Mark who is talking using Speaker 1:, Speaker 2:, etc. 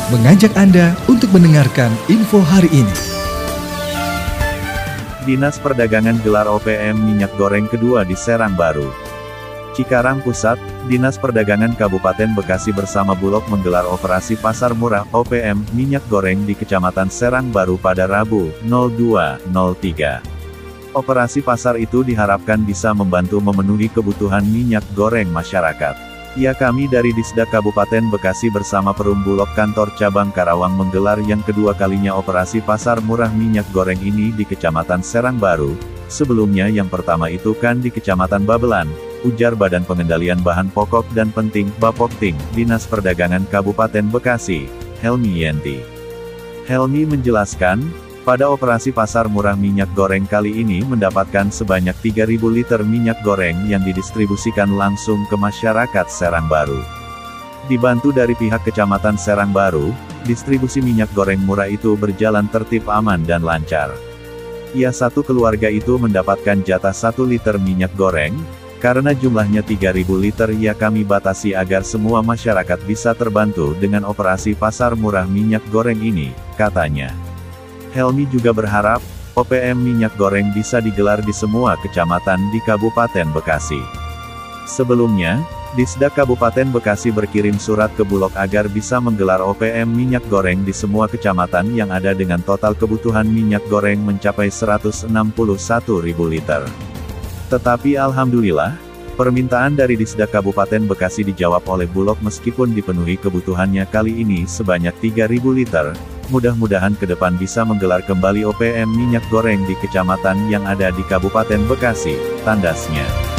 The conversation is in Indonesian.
Speaker 1: mengajak Anda untuk mendengarkan info hari ini.
Speaker 2: Dinas Perdagangan gelar OPM minyak goreng kedua di Serang Baru. Cikarang Pusat, Dinas Perdagangan Kabupaten Bekasi bersama Bulog menggelar operasi pasar murah OPM minyak goreng di Kecamatan Serang Baru pada Rabu, 02.03. Operasi pasar itu diharapkan bisa membantu memenuhi kebutuhan minyak goreng masyarakat. Ya, kami dari Disdak Kabupaten Bekasi bersama Perum Bulog Kantor Cabang Karawang menggelar yang kedua kalinya operasi pasar murah minyak goreng ini di Kecamatan Serang Baru. Sebelumnya yang pertama itu kan di Kecamatan Babelan, ujar Badan Pengendalian Bahan Pokok dan Penting Bapokting, Dinas Perdagangan Kabupaten Bekasi, Helmi Yenti. Helmi menjelaskan, pada operasi pasar murah minyak goreng kali ini mendapatkan sebanyak 3.000 liter minyak goreng yang didistribusikan langsung ke masyarakat Serang Baru. Dibantu dari pihak Kecamatan Serang Baru, distribusi minyak goreng murah itu berjalan tertib, aman dan lancar. Ya, satu keluarga itu mendapatkan jatah 1 liter minyak goreng, karena jumlahnya 3.000 liter ya kami batasi agar semua masyarakat bisa terbantu dengan operasi pasar murah minyak goreng ini, katanya. Helmi juga berharap, OPM minyak goreng bisa digelar di semua kecamatan di Kabupaten Bekasi. Sebelumnya, Disdak Kabupaten Bekasi berkirim surat ke Bulog agar bisa menggelar OPM minyak goreng di semua kecamatan yang ada dengan total kebutuhan minyak goreng mencapai 161.000 liter. Tetapi alhamdulillah, permintaan dari Disdak Kabupaten Bekasi dijawab oleh Bulog meskipun dipenuhi kebutuhannya kali ini sebanyak 3.000 liter. Mudah-mudahan ke depan bisa menggelar kembali OPM minyak goreng di kecamatan yang ada di Kabupaten Bekasi, tandasnya.